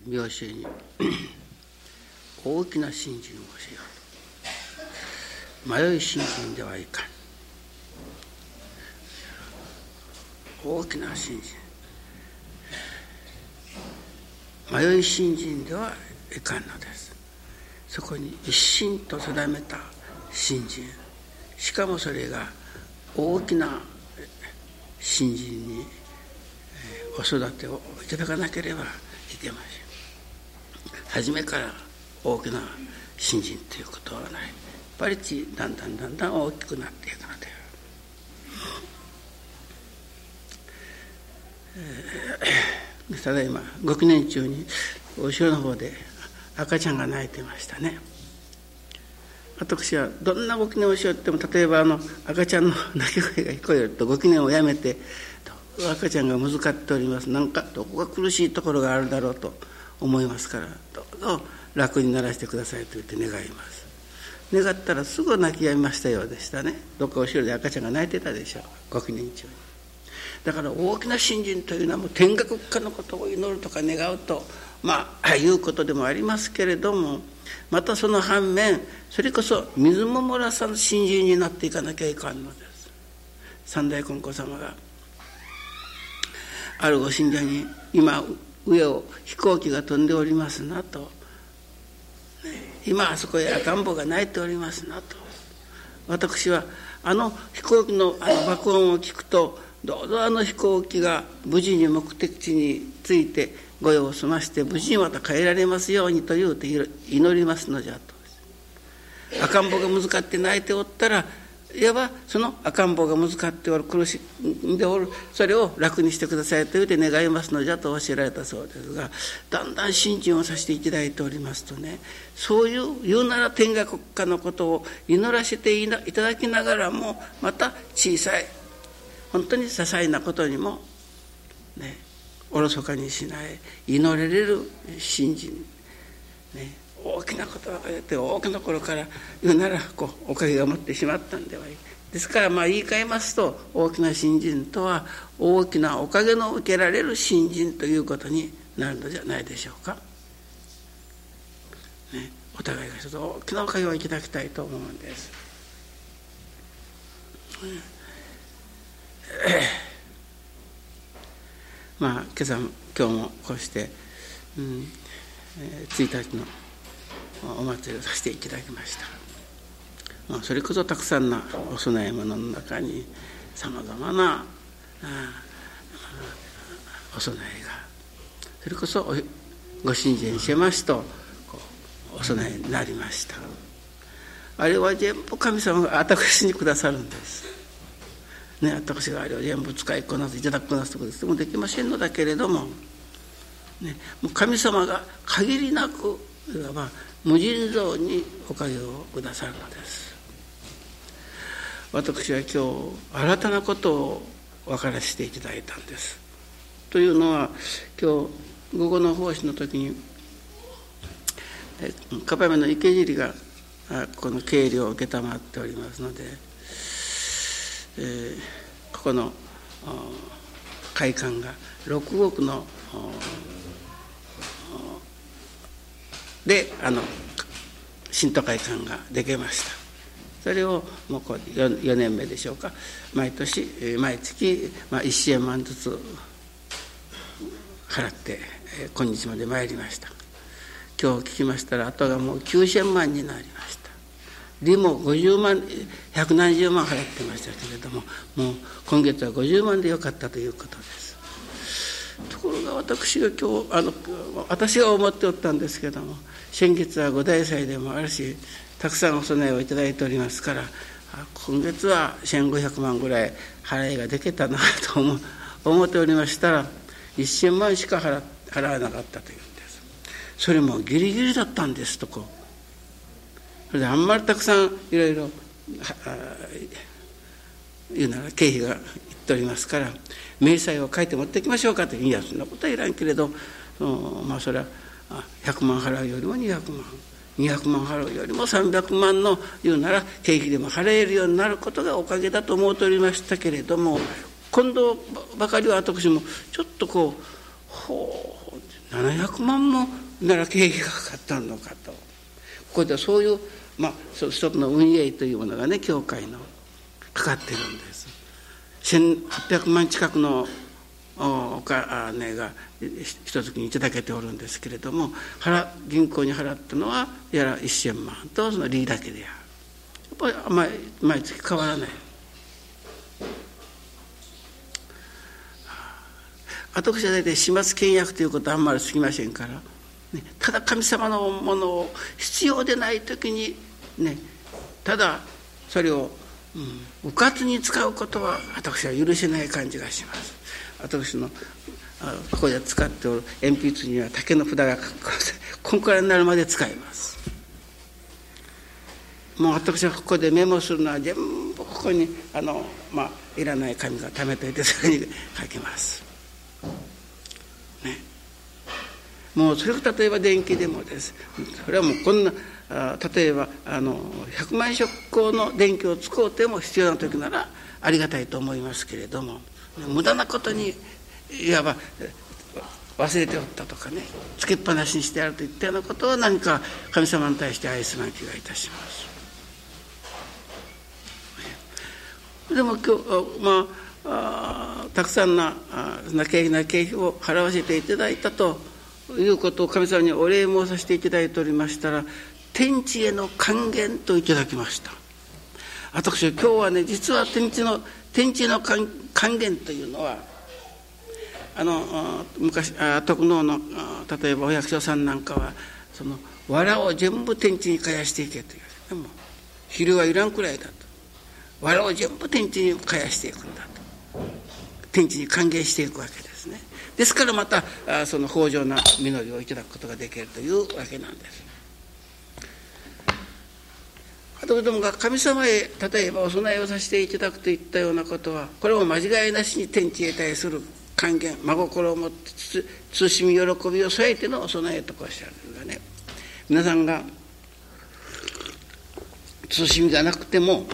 妙子に大きな信心をしようと。迷い信心ではいかん。大きな信心、迷い信心ではいかんのです。そこに一心と定めた信心、しかもそれが大きな信心にお育てをいただかなければいけません。初めから大きな信心ということはない。やっぱりだんだん大きくなっていくので、ただいまご記念中に後ろの方で赤ちゃんが泣いてましたね。私はどんなご記念をしようっても、例えば赤ちゃんの泣き声が聞こえるとご記念をやめて、赤ちゃんがむずかっております、なんかどこが苦しいところがあるだろうと思いますから、どうぞ楽にならせてくださいと言って願います。願ったらすぐ泣き止みましたようでしたね。どっか後ろで赤ちゃんが泣いてたでしょう、ご記念中に。だから大きな信心というのはもう天下国家のことを祈るとか願うということでもありますけれども、またその反面それこそ水も漏らさぬ信心になっていかなきゃいかんのです。三代金光様があるご信者に、今上を飛行機が飛んでおりますなと、今あそこへ赤ん坊が泣いておりますなと。私は飛行機の爆音を聞くと、どうぞ飛行機が無事に目的地に着いて御用を済まして無事にまた帰られますようにというて祈りますのじゃと。赤ん坊がむずかって泣いておったら、いわばその赤ん坊がむずかっておる、苦しんでおる、それを楽にしてくださいというて願いますのじゃと教えられたそうですが、だんだん信心をさせていただいておりますとね、そういう言うなら天下国家のことを祈らせていただきながらも、また小さい本当に些細なことにもね、おろそかにしない祈れれる信心、ね、大きなことが言って大きなところから言うならおかげが持ってしまったんではいい。ですから言い換えますと、大きな信心とは大きなおかげの受けられる信心ということになるのじゃないでしょうか、ね、お互いが一つ大きなおかげをいただきたいと思うんです。今日もこうして、1日のお祭りをさせていただきました。それこそたくさんなお供え物の中にさまざまなお供えが、それこそご信心しますとお供えになりました。あれは全部神様が私にくださるんですね。私があれを全部使いこなす、いただくこなすということでもできませんのだけれども、ね、もう神様が限りなくいわば無尽蔵におかげをくださるのです。私は今日新たなことを分からせていただいたんです。というのは、今日午後の奉仕の時にかばめの池尻がこの計量を承っておりますので、ここの会館が6億ので新都会館ができました。それをもう4年目でしょうか、毎月1000万ずつ払って今日まで参りました。今日聞きましたら、あとがもう9000万になりました。利も50万100何十万払ってましたけれども、もう今月は50万でよかったということです。ところが私が今日私が思っておったんですけども、先月は御大祭でもあるし、たくさんお供えをいただいておりますから、今月は1500万ぐらい払いができたなと思っておりましたら、1000万しか払わなかったというんです。それもギリギリだったんですとそれであんまりたくさんいろいろ言うなら経費がいっておりますから、明細を書いて持ってきましょうかと。いや、そんなことはいらんけれど、それは100万払うよりも200万200万払うよりも300万の言うなら経費でも払えるようになることがおかげだと思っておりましたけれども、今度ばかりは私もちょっと 700万もなら経費がかかったのかと。ここではそういう、一つの運営というものがね、教会のかかってるんです。1800万近くのお金が一月にいただけておるんですけれども、銀行に払ったのはやら1000万とその利だけである。やっぱり毎月変わらない。私は大体始末倹約ということはあんまり好きませんから、ただ神様のものを必要でない時にただそれをうかつに使うことは私は許せない感じがします。私のここで使っておる鉛筆には竹の札がこんくらいになるまで使います。もう私はここでメモするのは全部ここにいらない紙が溜めておいてそれに書きます、もうそれが例えば電気でもです。それはもうこんな例えば100万色光の電気を使うても必要な時ならありがたいと思いますけれども、無駄なことにいわば忘れておったとかね、つけっぱなしにしてあるといったようなことは何か神様に対して愛すまきがいたします。でも今日たくさんな経費を払わせていただいたということを神様にお礼申させていただいておりましたら、天地への還元といただきました。私は今日はね、実は天地の還元というのは昔徳能の例えばお百姓さんなんかはその藁を全部天地に返していけという。でも昼はいらんくらいだと。藁を全部天地に返していくんだと。天地に還元していくわけですね。ですからまたその豊穣な実りをいただくことができるというわけなんです。どもが神様へ例えばお供えをさせていただくといったようなことは、これも間違いなしに天地へ対する還元、真心を持って慎み喜びを添えてのお供えとこうおっしゃるがね、皆さんが慎みがなくても、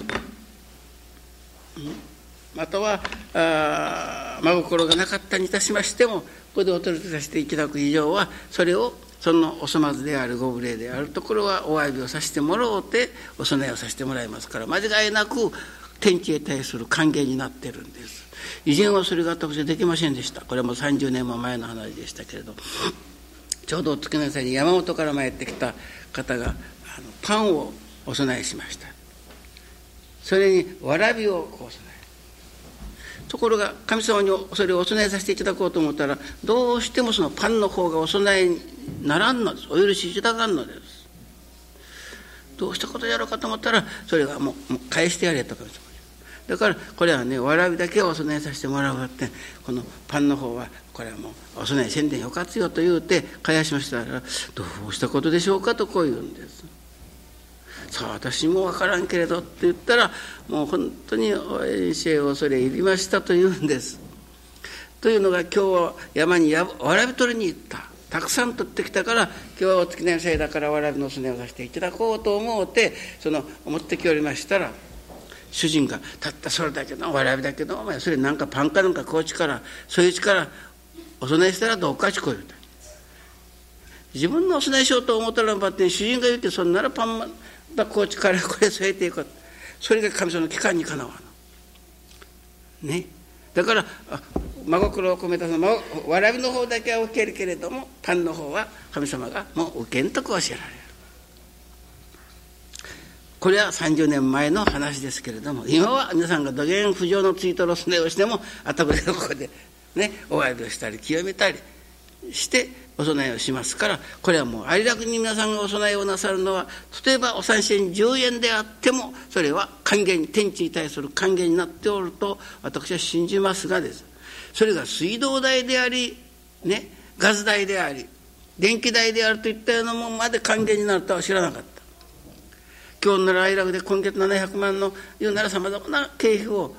または真心がなかったにいたしましても、ここでお取りさせていただく以上はそれをそのお粗末であるご無礼であるところはお詫びをさせてもらおうてお供えをさせてもらいますから、間違いなく天地へ対する還元になっているんです。以前はそれが私はできませんでした。これはもう30年も前の話でしたけれど、ちょうどお月の際に山本から参ってきた方がパンをお供えしました。それにわらびをお供え、ところが神様にそれをお供えさせていただこうと思ったら、どうしてもそのパンの方がお供えにならんのです。お許しいただかんのです。どうしたことやろうかと思ったら、それがもう返してやれとか、だからこれはね、わらびだけをお供えさせてもらうって、このパンの方はこれはもうお供えせんでよかつよと言うて返しましたら、どうしたことでしょうかとこう言うんです。さあ私も分からんけれどって言ったら、もう本当に遠征をそれいりましたと言うんです。というのが、今日は山にわらび取りに行った。たくさん取ってきたから、今日はお月の祭だからわらびのお供えをさせていただこうと思うて持ってきおりましたら、主人がたったそれだけのわらびだけど、お前それなんかパンかなんかこうちからそういう力お供えしたらどうかちこう言うた。自分のお供えしようと思ったらばって主人が言って、そんならパンだこうちからこれ添えていく。それが神様の期間にかなわぬね。だから真心を込めたわらびの方だけは受けるけれども、パンの方は神様がもう受けんとこう教えられる。これは30年前の話ですけれども、今は皆さんが土源不浄の追悼のすねをしても、後でここでねお詫びをしたり清めたりしてお供えをしますから、これはもうありらくに皆さんがお供えをなさるのは、例えばお三銭10円であっても、それは還元、天地に対する還元になっておると私は信じますがです。それが水道代であり、ガス代であり、電気代であるといったようなものまで還元になるとは知らなかった。今日なら愛楽で今月700万の言うならさまざまな経費を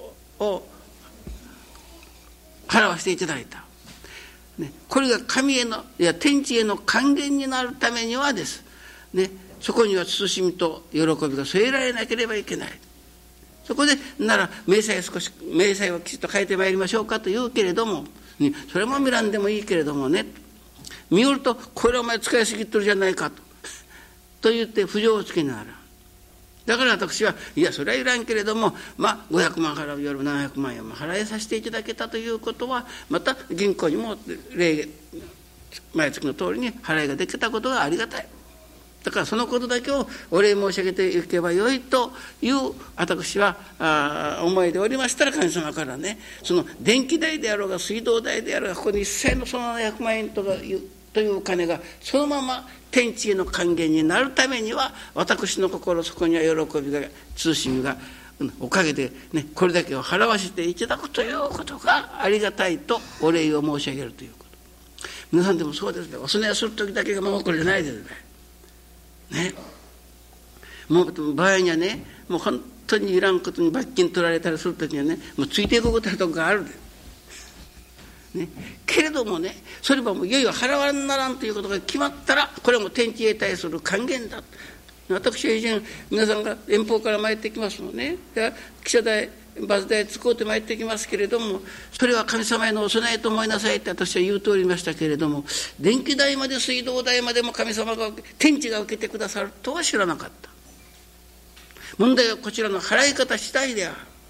払わせていただいた。これが神への天地への還元になるためにはです、そこには慎みと喜びが添えられなければいけない。そこでなら明細をきちっと変えてまいりましょうかと言うけれども、それも見らんでもいいけれどもね、 見よるとこれはお前使いすぎてるじゃないかと言って浮上をつけながら、だから私はいやそれはいらんけれども、500万払うよりも700万円も払いさせていただけたということは、また銀行にも毎月の通りに払いができたことがありがたい。だからそのことだけをお礼申し上げていけばよいという私は思いでおりましたら、神様からね、その電気代であろうが水道代であろうが、ここに一切のその700万円というお金がそのまま天地への還元になるためには、私の心そこには喜びが慎みがおかげでね、これだけを払わせていただくということがありがたいとお礼を申し上げるということ。皆さんでもそうですね。お供えする時だけが真心じゃないですね。もう場合にはね、もう本当にいらんことに罰金取られたりする時にはね、もうついていくこととかあるで、ね、けれどもね、それはもういよいよ払わんならんということが決まったら、これはもう天地へ対する還元だ。私は以前皆さんが遠方から参ってきますのね、汽車代バス代使うて参ってきますけれども、それは神様へのお供えと思いなさいって私は言うとおりましたけれども、電気代まで水道代までも神様が天地が受けてくださるとは知らなかった。問題はこちらの払い方次第であ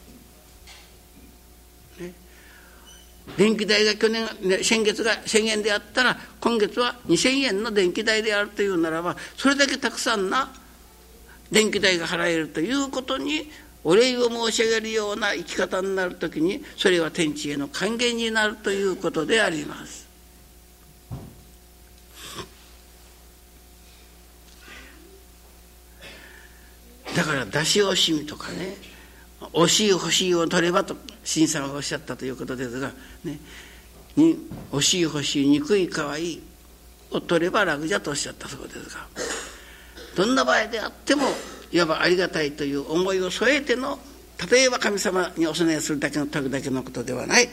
る、ね、電気代が先月が1000円であったら、今月は2000円の電気代であるというならば、それだけたくさんな電気代が払えるということにお礼を申し上げるような生き方になるときに、それは天地への還元になるということであります。だから出し惜しみとかね、惜しい欲しいを取ればと神様がおっしゃったということですが、ね、惜しい欲しい憎い可愛いを取れば楽じゃとおっしゃったそうですが、どんな場合であってもいわばありがたいという思いを添えての、例えば神様にお供えするだけの時だけのことではない。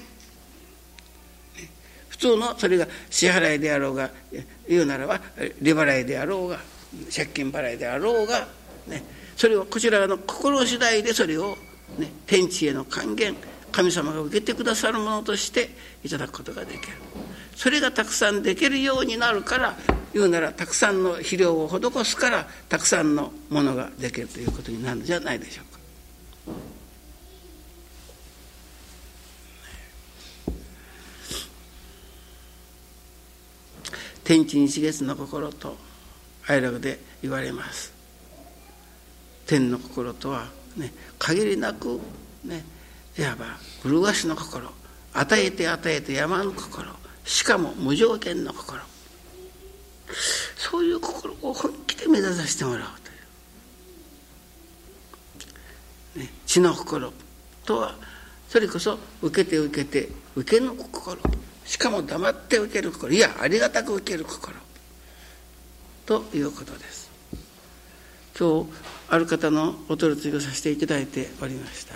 普通のそれが支払いであろうが、言うならば利払いであろうが、借金払いであろうが、ね、それをこちらの心次第でそれを、ね、天地への還元、神様が受けてくださるものとしていただくことができる。それがたくさんできるようになるから、言うならたくさんの肥料を施すからたくさんのものができるということになるんじゃないでしょうか。天地日月の心と哀楽で言われます。天の心とは、ね、限りなく、ね、いわば麗しの心、与えて与えてやまぬ心、しかも無条件の心、そういう心を本気で目指させてもらおうという、ね、地の心とはそれこそ受けて受けて受けの心、しかも黙って受ける心、いやありがたく受ける心ということです。今日ある方のお取り次ぎをさせていただいておりました。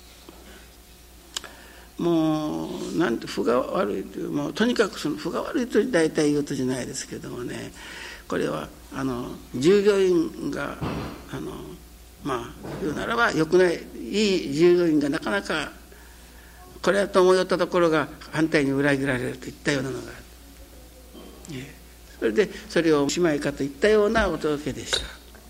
もうなんて負が悪いという、もうとにかくその負が悪いと大体言うとじゃないですけれどもね、これは従業員が言うならば良くない、いい従業員がなかなかこれはと思いよったところが反対に裏切られるといったようなのがある、それでそれをおしまいかといったようなお届けでした。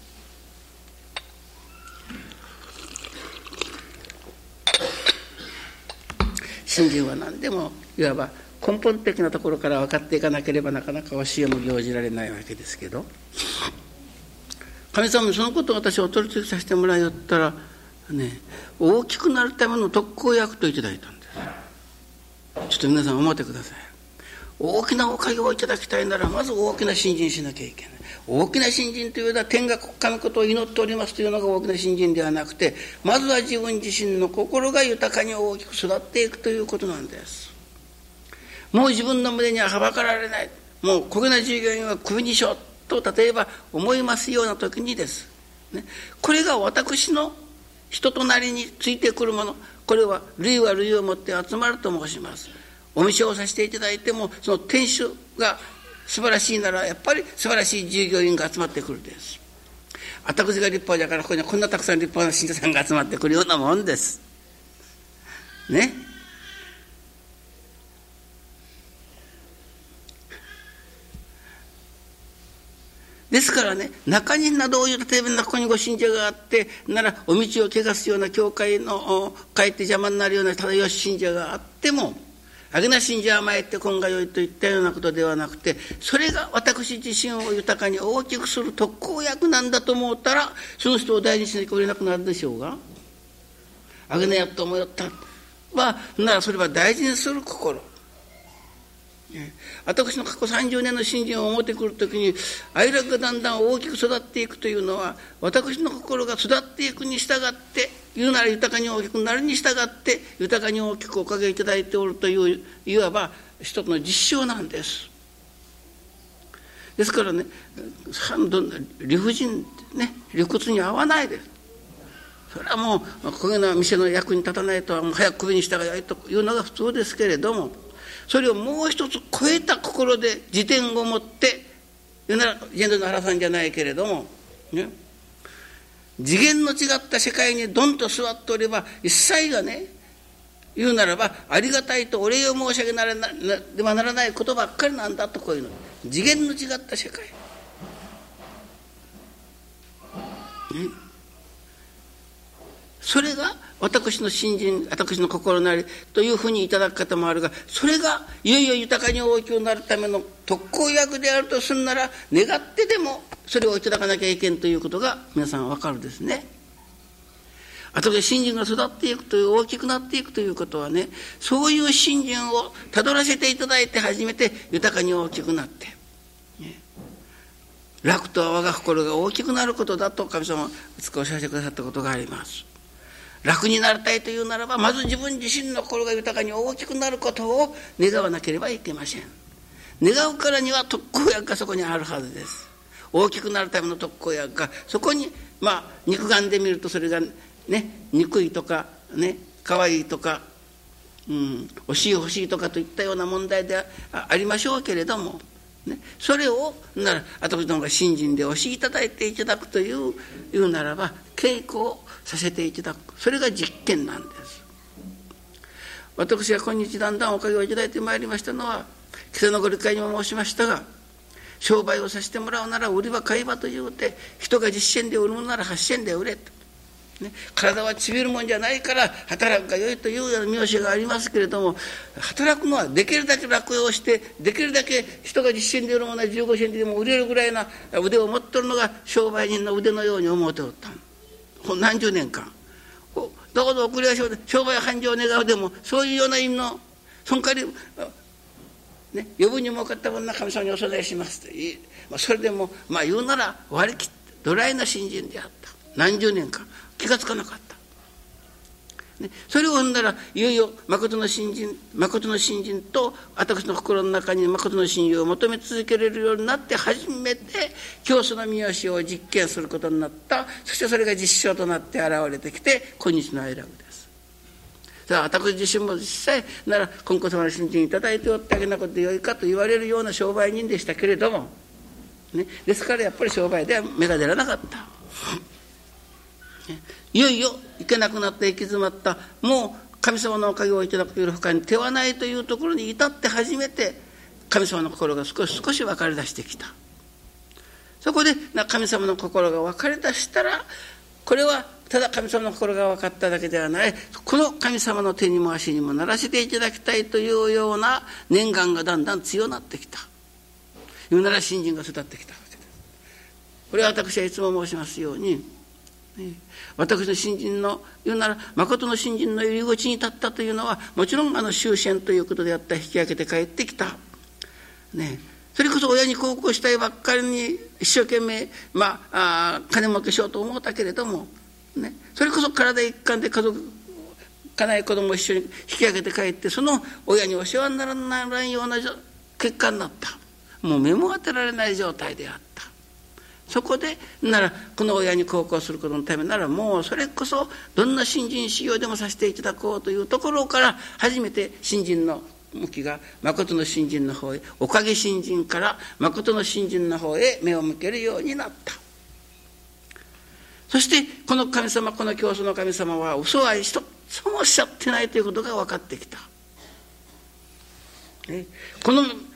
信心は何でもいわば根本的なところから分かっていかなければなかなか教えも行じられないわけですけど、神様にそのことを私はお取り次ぎさせてもらいよったらね、大きくなるための特効薬といただいたんです。ちょっと皆さん思ってください。大きなおかげをいただきたいならまず大きな信心しなきゃいけない。大きな信心というのは天が国家のことを祈っておりますというのが大きな信心ではなくて、まずは自分自身の心が豊かに大きく育っていくということなんです。もう自分の胸にははばかられない、もうこげな従業員はクビにしようと例えば思いますような時にです、ね、これが私の人となりについてくるもの、これは類は類をもって集まると申します。お店をさせていただいてもその店主が素晴らしいならやっぱり素晴らしい従業員が集まってくるです。私が立派だからここにはこんなたくさん立派な信者さんが集まってくるようなもんですね。 ですからね、中にどういう例えばここにご信者があってならお道を汚すような教会のかえって邪魔になるような正しい信者があっても、あげな信者は甘えって今が良いといったようなことではなくて、それが私自身を豊かに大きくする特効薬なんだと思ったら、その人を大事にしなきゃいけなくなるでしょうが、あげなやと思いよったはならそれは大事にする心。私の過去30年の信心を思ってくるときに、愛楽がだんだん大きく育っていくというのは、私の心が育っていくに従って、言うなら豊かに大きくなるに従って豊かに大きくおかげいただいておるという、いわば一つの実証なんです。ですからね、理不尽ね、理屈に合わないです。それはもうこういうのは店の役に立たないとはもう早く首にしたがよいというのが普通ですけれども、それをもう一つ超えた心で自典を持って言うならジェンドの原さんじゃないけれども、ね、次元の違った世界にドンと座っておれば一切がね、言うならばありがたいとお礼を申し上げなではならないことばっかりなんだと、こういうの次元の違った世界、ね、それが私の信心、私の心なりというふうにいただく方もあるが、それがいよいよ豊かに大きくなるための特効薬であるとするなら、願ってでもそれをいただかなきゃいけんということが皆さん分かるですね。後で信心が育っていくという、大きくなっていくということはね、そういう信心をたどらせていただいて初めて豊かに大きくなって、ね、楽とは我が心が大きくなることだと神様がいつかおっしゃってくださったことがあります。楽になりたいというならば、まず自分自身の心が豊かに大きくなることを願わなければいけません。願うからには特効薬がそこにあるはずです。大きくなるための特効薬がそこに、肉眼で見るとそれがね、憎いとかね、可愛いとか、欲しいとかといったような問題でありましょうけれども、ね、それをなら私どもが信心で教えいただいていただくというならば、稽古をさせていただく、それが実験なんです。私が今日だんだんおかげをいただいてまいりましたのは、今朝のご理解にも申しましたが、商売をさせてもらうなら売りは買い場というて、人が10銭で売るものなら8銭で売れと、ね、体はちびるもんじゃないから働くがよいというような名詞がありますけれども、働くのはできるだけ楽用して、できるだけ人が10銭で売るものは15銭でも売れるぐらいな腕を持っておるのが商売人の腕のように思っておった。何十年間どこぞ送り出しで商売繁盛を願うでも、そういうような意味のその代わり、ね、余分に儲かった分の神様にお供えしますという、それでも言うなら割り切ってドライな信心であった。何十年間気がつかなかった、ね、それを踏んだらいよいよ誠の信心と私の心の中に誠の信用を求め続けられるようになって初めて教祖の御教を実験することになった。そしてそれが実証となって現れてきて今日の愛楽です。さあ私自身も実際なら金光様の信心いただいておってあげなことでよいかと言われるような商売人でしたけれども、ね、ですからやっぱり商売では芽が出らなかった。いよいよ行けなくなって行き詰まった、もう神様のおかげをいただくという他に手はないというところに至って初めて神様の心が少し分かり出してきた。そこで神様の心が分かり出したら、これはただ神様の心が分かっただけではない、この神様の手にも足にもならせていただきたいというような念願がだんだん強くなってきた。言うなら信心が育ってきたわけです。これは私はいつも申しますように、私の信心の言うなら誠の信心の入り口に立ったというのは、もちろん終戦ということであった。引き上げて帰ってきた、ね、それこそ親に孝行したいばっかりに一生懸命金儲けしようと思ったけれども、ね、それこそ体一貫で家族家内子供を一緒に引き上げて帰って、その親にお世話にならないような結果になった。もう目も当てられない状態であった。そこでならこの親に孝行することのためなら、もうそれこそどんな信心修行でもさせていただこうというところから初めて信心の向きが誠の信心の方へ、おかげ信心から誠の信心の方へ目を向けるようになった。そしてこの神様、この教祖の神様は嘘は一つもおっしゃってないということが分かってきた。この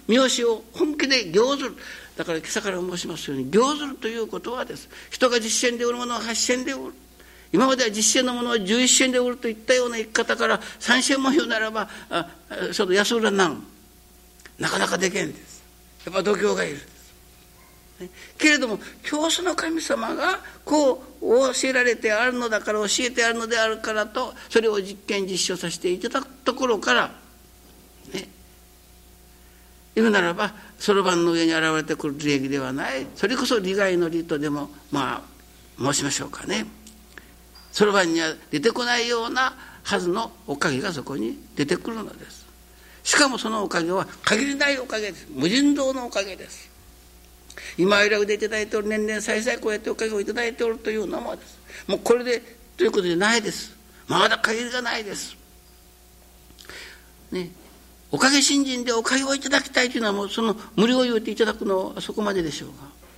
三好を本気で行ずる。だから今朝から申しますように、行ずるということはです。人が10銭で売るものは8銭で売る。今までは10銭のものは11銭で売るといったような生き方から3銭も言うならば、ちょっと安売らなん。なかなかできんです。やっぱ度胸がいる。けれども教祖の神様がこう教えられてあるのだから、教えてあるのであるからと、それを実験実証させていただくところからね、言うならばそろばんの上に現れてくる利益ではない、それこそ利害の利とでも申しましょうかね。そろばんには出てこないようなはずのおかげがそこに出てくるのです。しかもそのおかげは限りないおかげです。無尽蔵のおかげです。今いらでいただいておる、年々再々こうやっておかげをいただいておるというのもです。もうこれでということでないです。まだ限りがないです。ね、おかげ新人でおかげをいただきたいというのはもうその無料を言っていただくのはそこまででしょうが。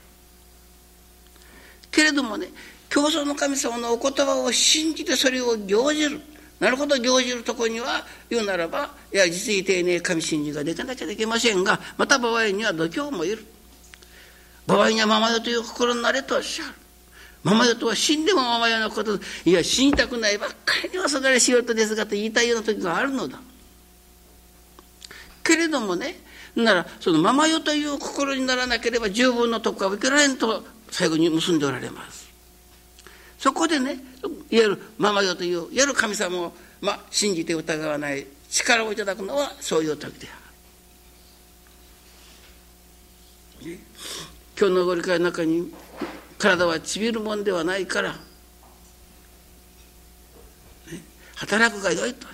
けれどもね、教祖の神様のお言葉を信じてそれを行じる。なるほど、行じるところには言うならば、いや実に丁寧神信じができなきゃできませんが、また場合には度胸もいる。場合にはママよという心になれとおっしゃる。ママよとは死んでもママよのこと、いや死にたくないばっかりにはそがれ仕事ですがと言いたいような時があるのだ。けれどもね、ならそのママよという心にならなければ十分の徳は受けられんと最後に結んでおられます。そこでね、いわゆるママよといういわゆる神様を信じて疑わない力をいただくのはそういう時である。ね、今日のご理解の中に、体はちびるもんではないから、ね、働くがよいと。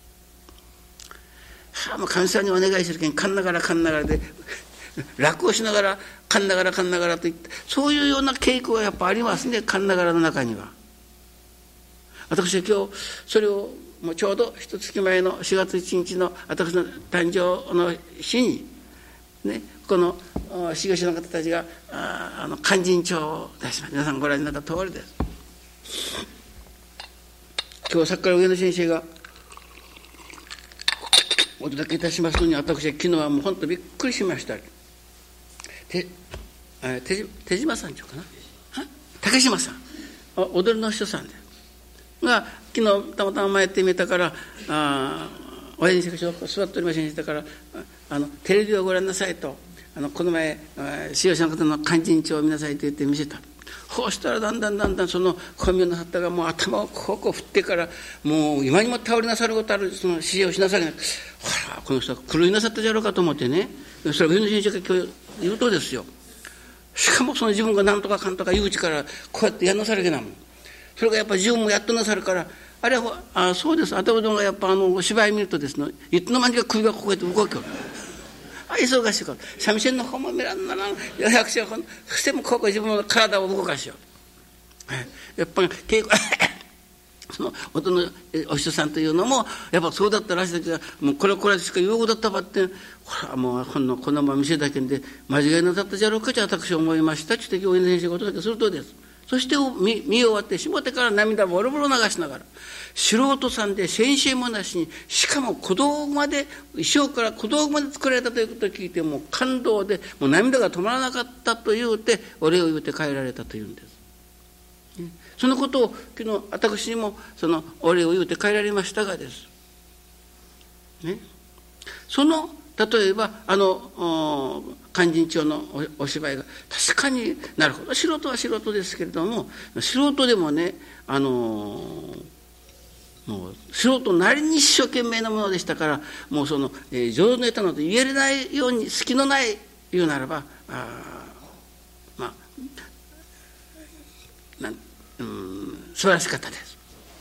もう神様にお願いするけん、かんながらで楽をしながらかんながらといって、そういうような傾向がやっぱありますね、かんながらの中には。私は今日それをもうちょうど一月前の4月1日の私の誕生の日にね、この修行者の方たちが勧進帳を出します。皆さんご覧になった通りです。今日さっきから上野先生がお届けいたしますのに、私は昨日はもう本当びっくりしました。手島さんちょうかな、竹島さん、踊りの人さんでが昨日たまたま前やってみたから、親父先生座っておりませんでしたから、テレビをご覧なさいと、この前使用者の方の勧進帳を見なさいと言って見せた。こうしたらだんだんその小宮の旗がもう頭をこう振ってから、もう今にも倒れなさることある、その指示をしなさる。ほらこの人は狂いなさったじゃろうかと思ってね、それは上野先生が今日言うとですよ。しかもその自分が何とかかんとか言うちからこうやってやんなさるけなもん。それがやっぱり自分もやっとなさるから、あれはそうです。頭どんがやっぱお芝居見るとですね、いつの間にか首がこうやって動きよる。忙しいから三味線の方も見らんなら役者はそしてもここ自分の体を動かしよう。やっぱり稽古その音のお師匠さんというのもやっぱそうだったらしいけど、もうこれしか言うことだったばって、ほらもうこのまま見せだけで間違いなさったじゃろうかと私は思いましたって言って大稲先生がお届けするとです。そして見終わってしもてから涙ボロボロ流しながら、素人さんで先生もなしに、しかも小道具まで衣装から小道具まで作られたということを聞いて、もう感動でもう涙が止まらなかったと言うてお礼を言うて帰られたというんです。そのことを昨日私にもそのお礼を言うて帰られましたがです、ね、その例えば勧進帳の お芝居が確かになるほど、素人は素人ですけれども、素人でもねもう素人なりに一生懸命なものでしたから、もうその、上手の下手なと言えないように隙のない言うならば素晴らしかったです、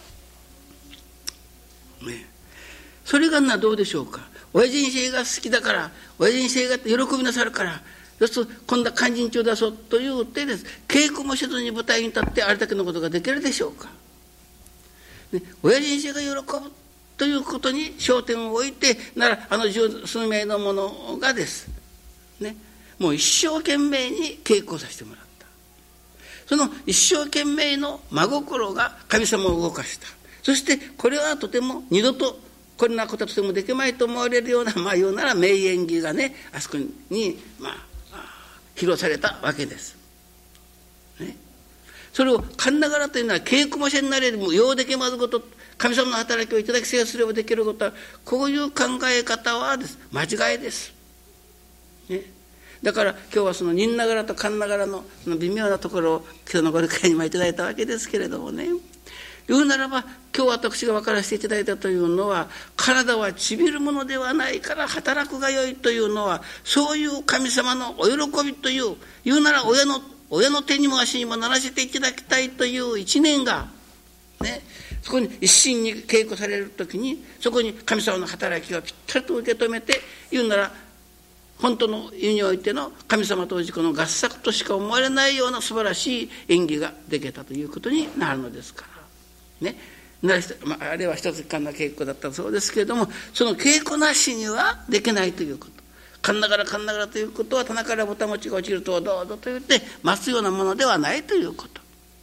ね、それがどうでしょうか。親人生が好きだから、親人生が喜びなさるから、そうすると今度は勧進帳出そうという手です。稽古もせずに舞台に立ってあれだけのことができるでしょうか。ね、親人生が喜ぶということに焦点を置いてなら、十数名のものがです、ね、もう一生懸命に稽古させてもらった。その一生懸命の真心が神様を動かした。そしてこれはとても二度とこんなこととてもできまいと思われるような、言うなら名演技がね、あそこに披露されたわけです。ね、それをかんながらというのは稽古もせんなれるようできまずこと、神様の働きをいただきせえすればできることは、こういう考え方はです間違いです。ね、だから今日はその忍ながらとかんながらのその微妙なところを今日のご理解にもいただいたわけですけれどもね、言うならば今日私が分からせていただいたというのは、体はちびるものではないから働くがよいというのは、そういう神様のお喜びという、言うなら親の手にも足にもならせていただきたいという一念がね、そこに一心に稽古されるときに、そこに神様の働きがぴったりと受け止めて、言うなら本当の意味においての神様と氏子の合作としか思われないような素晴らしい演技ができたということになるのですからね。あれは一つ間の稽古だったそうですけれども、その稽古なしにはできないということ。かんながらかんながらということは、棚からぼた餅が落ちるとどうぞと言って待つようなものではないということ。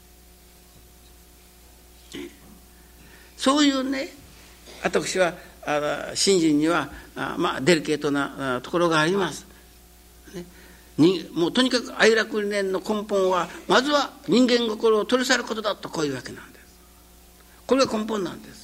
そういうね、私は信心にはデリケートなところがあります。もうとにかく愛楽理念の根本は、まずは人間心を取り去ることだと、こういうわけなんです。これが根本なんです。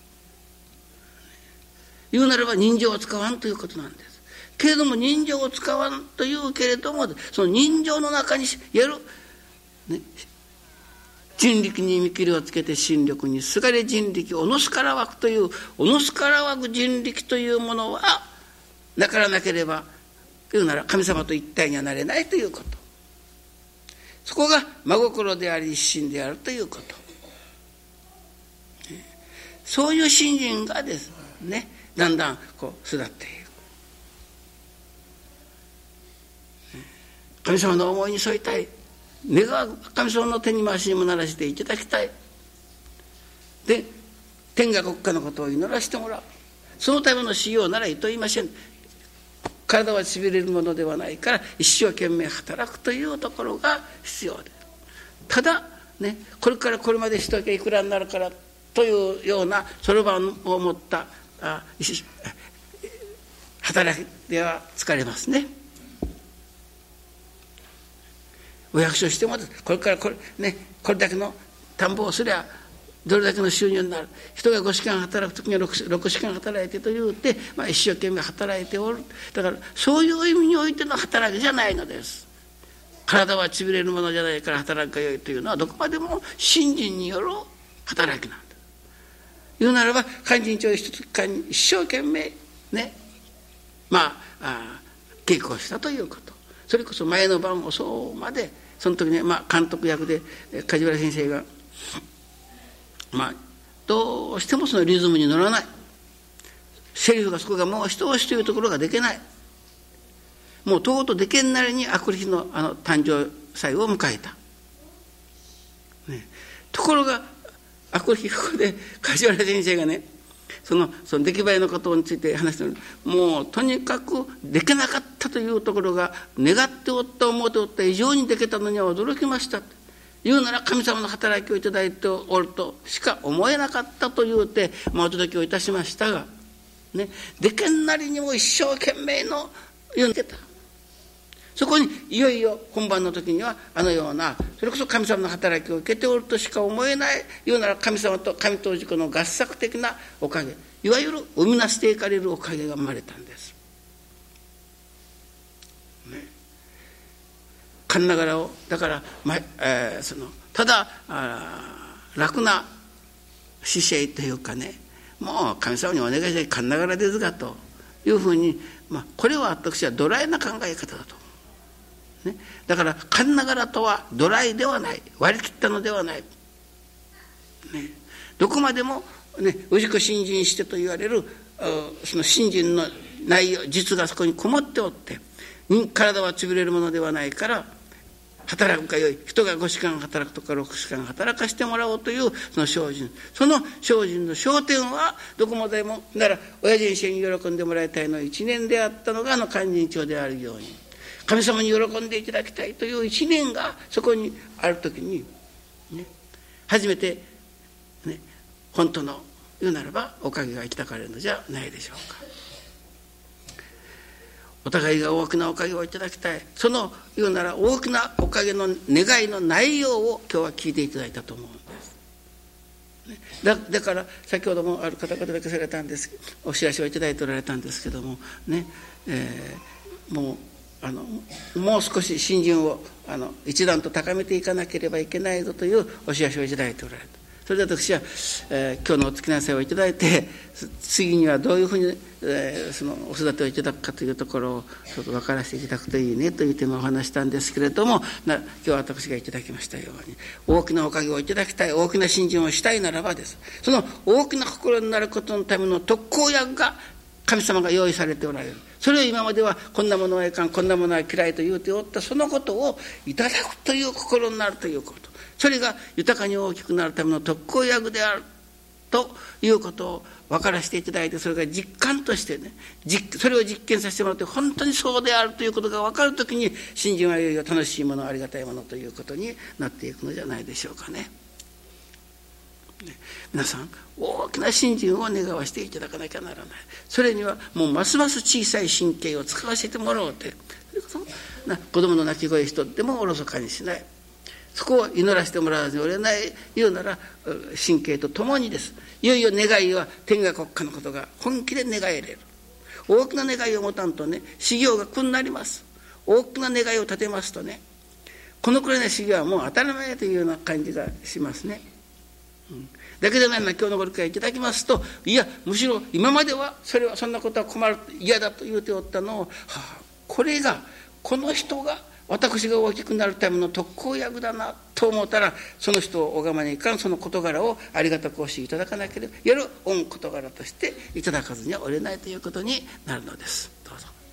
言うならば人情を使わんということなんです。けれども人情を使わんというけれども、その人情の中にやる、ね、人力に見切りをつけて心力にすがれ人力、おのすから湧くという、おのすから湧く人力というものはなからなければ、言うなら神様と一体にはなれないということ。そこが真心であり一心であるということ。そういう信心がですね、だんだんこう育っていく。神様の思いに沿いたい。願わ神様の手にも足にもならせていただきたい。で、天が国家のことを祈らせてもらう。そのための修行ならいと言いません。体はしびれるものではないから、一生懸命働くというところが必要です。ただね、これからこれまでしときゃいくらになるからというようなそろばんを持った働きでは疲れますね。お役所してもこれからこれだけの田んぼをすりゃどれだけの収入になる。人が5時間働くときには 6時間働いてと言うて、一生懸命働いておる。だからそういう意味においての働きじゃないのです。体はちびれるものじゃないから働くがよいというのは、どこまでも信心による働きなんだ。言うならば勧進帳一つ間に一生懸命ね、稽古をしたということ。それこそ前の晩遅うまで、その時ね、監督役で梶原先生がどうしてもそのリズムに乗らない。セリフがそこがもう一押しというところができない。もうとうとうでけんなりに明くる日の誕生祭を迎えた。ね、ところが明くる日ここで梶原先生がね、その出来栄えのことについて話してる。もうとにかくできなかったというところが、願っておった思っておった以上にできたのには驚きました。言うなら神様の働きをいただいておるとしか思えなかったと言うて、お届けをいたしましたが、ね、でけんなりにも一生懸命の言うけた。そこにいよいよ本番の時にはような、それこそ神様の働きを受けておるとしか思えない、言うなら神様と神と氏子の合作的なおかげ、いわゆる生み出していかれるおかげが生まれたんです。ね、かんながらをだから、ただ楽な姿勢というかね、もう神様にお願いしてかんながらですがというふうに、これは私はドライな考え方だと。ね、だからかんながらとはドライではない、割り切ったのではない、ね、どこまでもね、氏子信心してと言われるその信心の内容、実がそこにこもっておって、体は潰れるものではないから働くがよい。人が5時間働くとか6時間働かしてもらおうというその精進、その精進の焦点はどこまでもなら親人生に喜んでもらいたいの一念であったのが勧進帳であるように、神様に喜んでいただきたいという一念がそこにあるときに、ね、初めて、ね、本当のいうならばおかげがいただかれるのじゃないでしょうか。お互いが大きなおかげをいただきたい、その言うなら大きなおかげの願いの内容を今日は聞いていただいたと思うんです。だから先ほどもある方々だけされたんですけど、お知らせをいただいておられたんですけどもね、もう少し信心を一段と高めていかなければいけないぞというお知らせをいただいておられた。それで私は、今日のお付きなさいをいただいて、次にはどういうふうに、そのお育てをいただくかというところをちょっと分からせていただくといいねというテーマをお話したんですけれども、今日私がいただきましたように、大きなおかげをいただきたい、大きな信心をしたいならばです、その大きな心になることのための特効薬が神様が用意されておられる。それを今まではこんなものはいかん、こんなものは嫌いと言うておった、そのことをいただくという心になるということ、それが豊かに大きくなるための特効薬であるということを分からせていただいて、それが実感としてね、それを実験させてもらって本当にそうであるということが分かるときに、信心はいよいよ楽しいもの、ありがたいものということになっていくのじゃないでしょうかね。皆さん大きな信心を願わせていただかなきゃならない。それにはもうますます小さい神経を使わせてもらおうて、子供の泣き声一つでもおろそかにしない、そこを祈らせてもらわずにおれない言うなら、神経とともにです、いよいよ願いは天下国家のことが本気で願えれる。大きな願いを持たんとね、修行が苦になります。大きな願いを立てますとね、このくらいの修行はもう当たり前というような感じがしますね。だけど今日のご理解いただきますと、いやむしろ今まではそんなことは困る、嫌だと言うておったのを、これがこの人が私が大きくなるための特効薬だなと思ったら、その人を拝まにいかん、その事柄をありがたくおしいただかなければ、やる御事柄としていただかずにはおれないということになるのです。どうぞ。